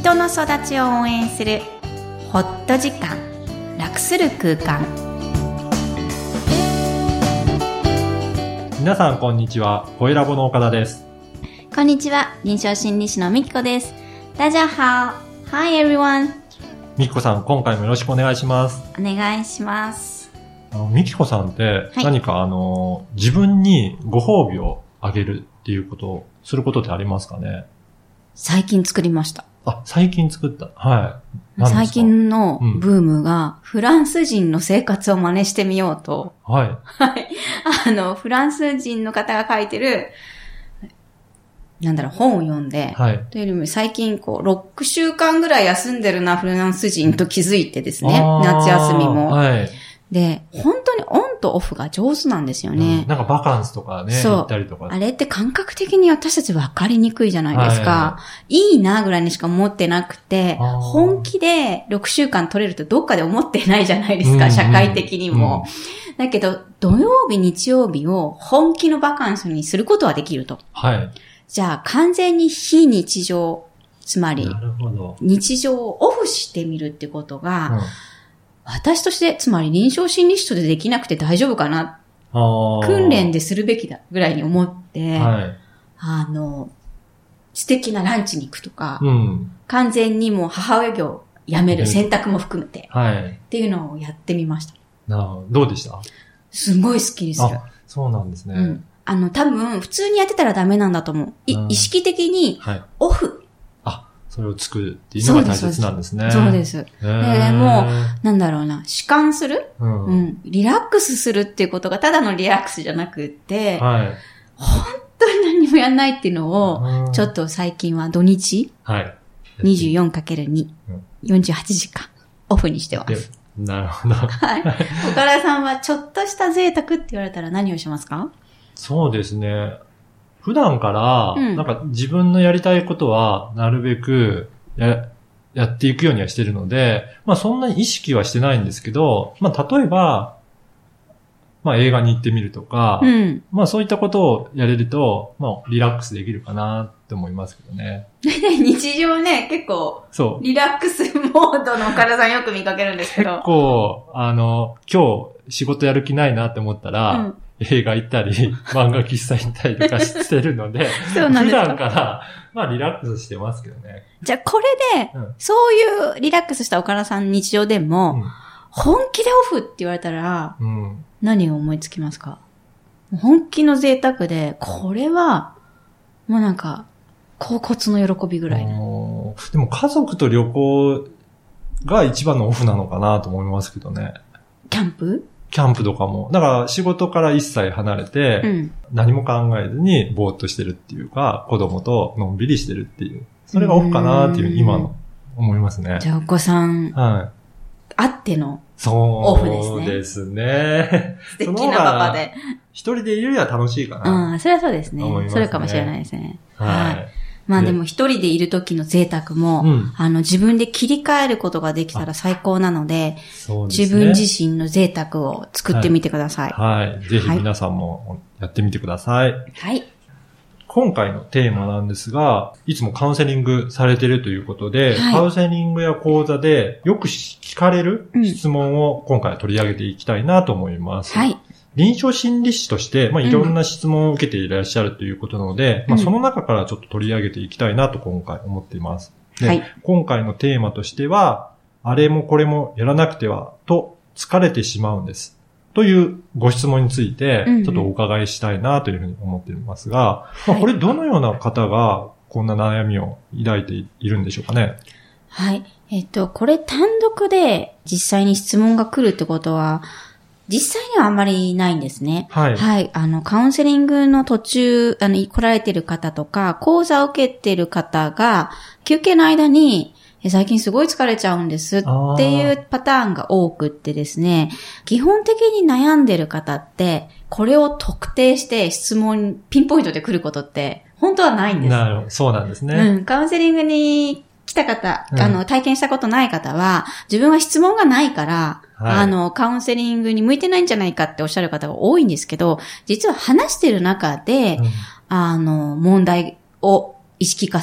人の育ちを応援するホット時間、楽する空間。 皆さんこんにちは、声ラボの岡田です。 こんにちは、臨床心理士のみきこです。大家好。Hi everyone。 みきこさん、今回もよろしくお願いします。 お願いします。 みきこさんって何か、自分にご褒美をあげるっていうことをすることってありますかね？ 最近作りました。 あ、最近作った。はい。 最近のブームが、フランス人の生活を真似してみようと。 はい。 はい。フランス人の方が書いてる、本を読んで、 はい。 というよりも最近6週間ぐらい休んでるな、フランス人と気づいてですね。夏休みも。 はい。 で、本当にオンとオフが上手なんですよね。 なんかバカンスとかね、行ったりとか。 あれって感覚的に私たち分かりにくいじゃないですか。いいなぐらいにしか思ってなくて、本気で6週間取れるとどっかで思ってないじゃないですか、社会的にも。だけど、土曜日、日曜日を本気のバカンスにすることはできると。 はい。 じゃあ完全に非日常、つまり、日常をオフしてみるってことが、私として、つまり臨床心理士としてできなくて大丈夫かな。訓練でするべきだぐらいに思って、はい、素敵なランチに行くとか、完全にもう母親業を辞める選択も含めて、っていうのをやってみました。 どうでした？ すごいスッキリする。 そうなんですね。 多分、普通にやってたらダメなんだと思う。意識的に、オフ。 それを作るっていうのが大切なんですね。 そうです。で、もう、弛緩する、リラックスするっていうことがただのリラックスじゃなくって、本当に何もやんないっていうのを、ちょっと最近は土日、24×2、48時間、オフにしてます。 なるほど。 はい。岡田さんはちょっとした贅沢って言われたら何をしますか？ そうですね。普段から、なんか自分のやりたいことは、なるべくやっていくようにはしてるので、そんなに意識はしてないんですけど、例えば、映画に行ってみるとか、そういったことをやれると、リラックスできるかなって思いますけどね。 日常ね、結構、リラックスモードの岡田さんよく見かけるんですけど。 結構、今日仕事やる気ないなって思ったら、映画行ったり、漫画喫茶行ったりとかしてるので、普段から、リラックスしてますけどね。 じゃあこれで、そういうリラックスした岡田さんの日常でも、本気でオフって言われたら、何を思いつきますか？本気の贅沢で、これは、もう恍惚の喜びぐらいの。 でも家族と旅行が一番のオフなのかなと思いますけどね。 キャンプとかも。だから仕事から一切離れて、何も考えずにぼーっとしてるっていうか、子供とのんびりしてるっていう。それがオフかなっていう今の思いますね。 じゃあお子さん、あってのオフですね。 そうですね。 素敵なパパで。 一人でいるよりは楽しいかな。 それはそうですね。それかもしれないですね。はい。でも一人でいる時の贅沢も、自分で切り替えることができたら最高なので、自分自身の贅沢を作ってみてください。 はい。ぜひ皆さんもやってみてください。 はい。 今回のテーマなんですが、いつもカウンセリングされているということで、カウンセリングや講座でよく聞かれる質問を今回取り上げていきたいなと思います。はい。臨床心理士として、いろんな質問を受けていらっしゃるということなので、その中からちょっと取り上げていきたいなと今回思っています。で、今回のテーマとしては、あれもこれもやらなくてはと疲れてしまうんです。というご質問について、ちょっとお伺いしたいなというふうに思っていますが、これどのような方がこんな悩みを抱いているんでしょうかね？ はい。これ単独で実際に質問が来るってことは、実際にはあんまりないんですね。はい。はい。カウンセリングの途中、来られてる方とか、講座を受けてる方が、休憩の間に、最近すごい疲れちゃうんですっていうパターンが多くってですね、基本的に悩んでる方って、これを特定して質問、ピンポイントで来ることって、本当はないんです。 なるほど。そうなんですね。 カウンセリングに来た方、体験したことない方は、自分は質問がないから、カウンセリングに向いてないんじゃないかっておっしゃる方が多いんですけど、実は話してる中で、問題を意識化する。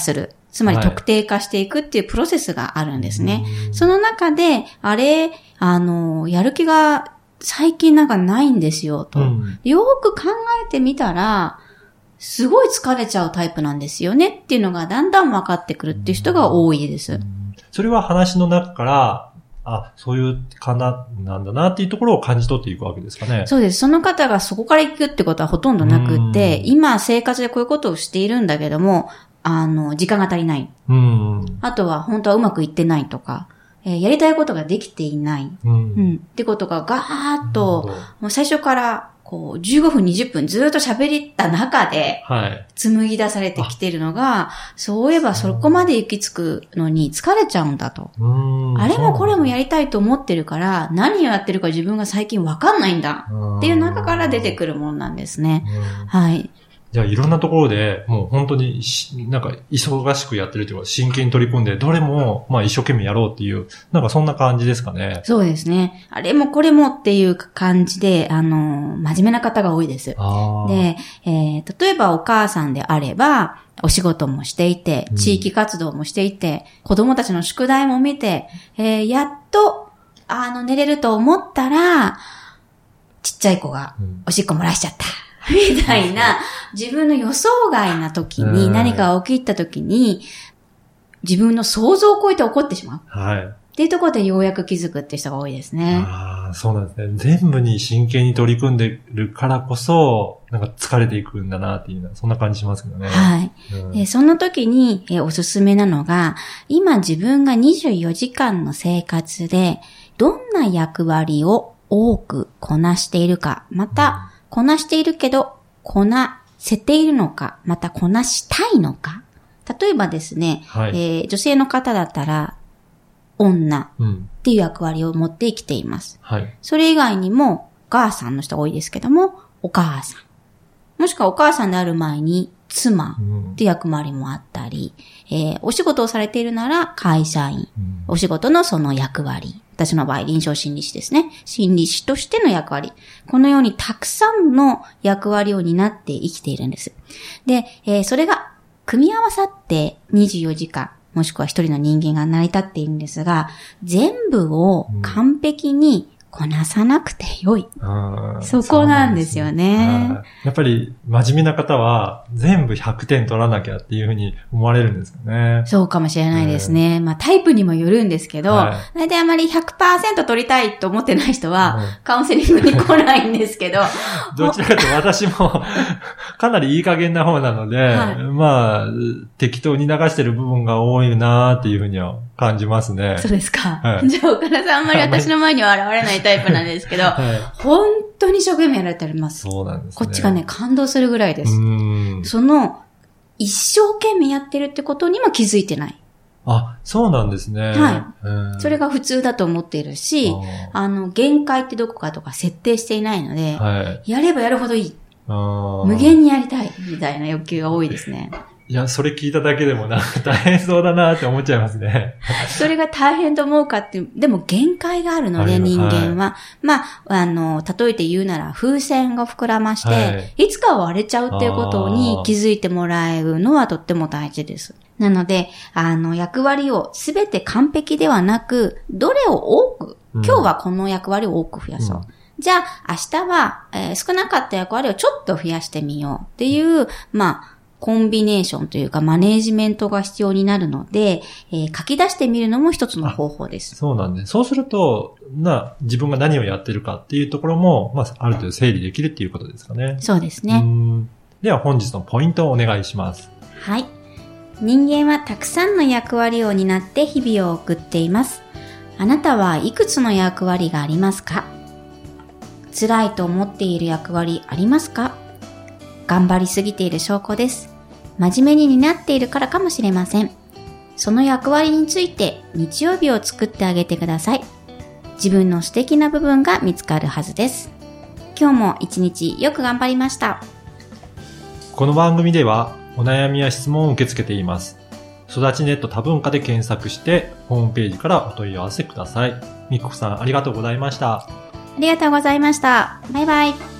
つまり特定化していくっていうプロセスがあるんですね。その中で、やる気が最近なんかないんですよ、と。よく考えてみたら、すごい疲れちゃうタイプなんですよねっていうのがだんだん分かってくるっていう人が多いです。 それは話の中から、そういうなんだなっていうところを感じ取っていくわけですかね。 そうです。その方がそこから行くってことはほとんどなくって、今生活でこういうことをしているんだけども、時間が足りない。あとは本当はうまくいってないとか、やりたいことができていない。ってことがガーッと、もう最初から15分20分ずっと喋った中で、紡ぎ出されてきてるのが、そういえばそこまで行き着くのに疲れちゃうんだと。あれもこれもやりたいと思ってるから、何をやってるか自分が最近わかんないんだっていう中から出てくるもんなんですね。はい。 じゃあいろんなところでもう本当になんか忙しくやってるというか真剣に取り組んでどれも一生懸命やろうっていうなんかそんな感じですかね。 そうですね。あれもこれもっていう感じで真面目な方が多いです。で、例えばお母さんであればお仕事もしていて地域活動もしていて、子供たちの宿題も見て、やっと寝れると思ったらちっちゃい子がおしっこ漏らしちゃった。みたいな、自分の予想外な時に、何かが起きた時に、自分の想像を超えて起こってしまう。っていうところでようやく気づくっていう人が多いですね。 そうなんですね。全部に真剣に取り組んでるからこそ、なんか疲れていくんだなっていうのは、そんな感じしますけどね。 その時に、おすすめなのが、今自分が24時間の生活で、どんな役割を多くこなしているか、また、こなしているけど、こなせているのか、またこなしたいのか。例えばですね、女性の方だったら、女っていう役割を持って生きています。それ以外にも、お母さんの人が多いですけども、お母さん。もしくはお母さんである前に、妻っていう役割もあったり、お仕事をされているなら会社員、お仕事のその役割。私の場合、臨床心理士ですね。心理士としての役割。このようにたくさんの役割を担って生きているんです。で、それが組み合わさって24時間、もしくは一人の人間が成り立っているんですが、全部を完璧にこなさなくてよい。そこなんですよね。 やっぱり真面目な方は全部100点取らなきゃっていうふうに思われるんですよね。 そうかもしれないですね。タイプにもよるんですけど、大体あまり 100% 取りたいと思ってない人は、カウンセリングに来ないんですけど。 どちらかというと私もかなりいい加減な方なので、適当に流してる部分が多いなーっていうふうには感じますね。 そうですか。じゃあ岡田さんあんまり私の前には現れないタイプなんですけど、本当に一生懸命やられております。 そうなんですね。 こっちがね、感動するぐらいです。その、一生懸命やってるってことにも気づいてない。 そうなんですね。 それが普通だと思っているし、限界ってどこかとか設定していないので、やればやるほどいい。無限にやりたいみたいな欲求が多いですね。 いや、それ聞いただけでもなんか大変そうだなって思っちゃいますね。 それが大変と思うかって、でも限界があるので、人間は。例えて言うなら風船が膨らまして、いつかは割れちゃうっていうことに気づいてもらえるのはとっても大事です。なので、役割をすべて完璧ではなく、どれを多く、今日はこの役割を多く増やそう。じゃあ、明日は、少なかった役割をちょっと増やしてみようっていう、コンビネーションというかマネージメントが必要になるので、書き出してみるのも一つの方法です。 そうなんです。そうすると、自分が何をやってるかっていうところも、ある程度整理できるっていうことですかね。 そうですね。 では本日のポイントをお願いします。 はい。人間はたくさんの役割を担って日々を送っています。あなたはいくつの役割がありますか？辛いと思っている役割ありますか？頑張りすぎている証拠です。真面目に担っているからかもしれません。その役割について日曜日を作ってあげてください。自分の素敵な部分が見つかるはずです。今日も一日よく頑張りました。 この番組ではお悩みや質問を受け付けています。育ちネット多文化で検索してホームページからお問い合わせください。みっこさんありがとうございました。 ありがとうございました。バイバイ。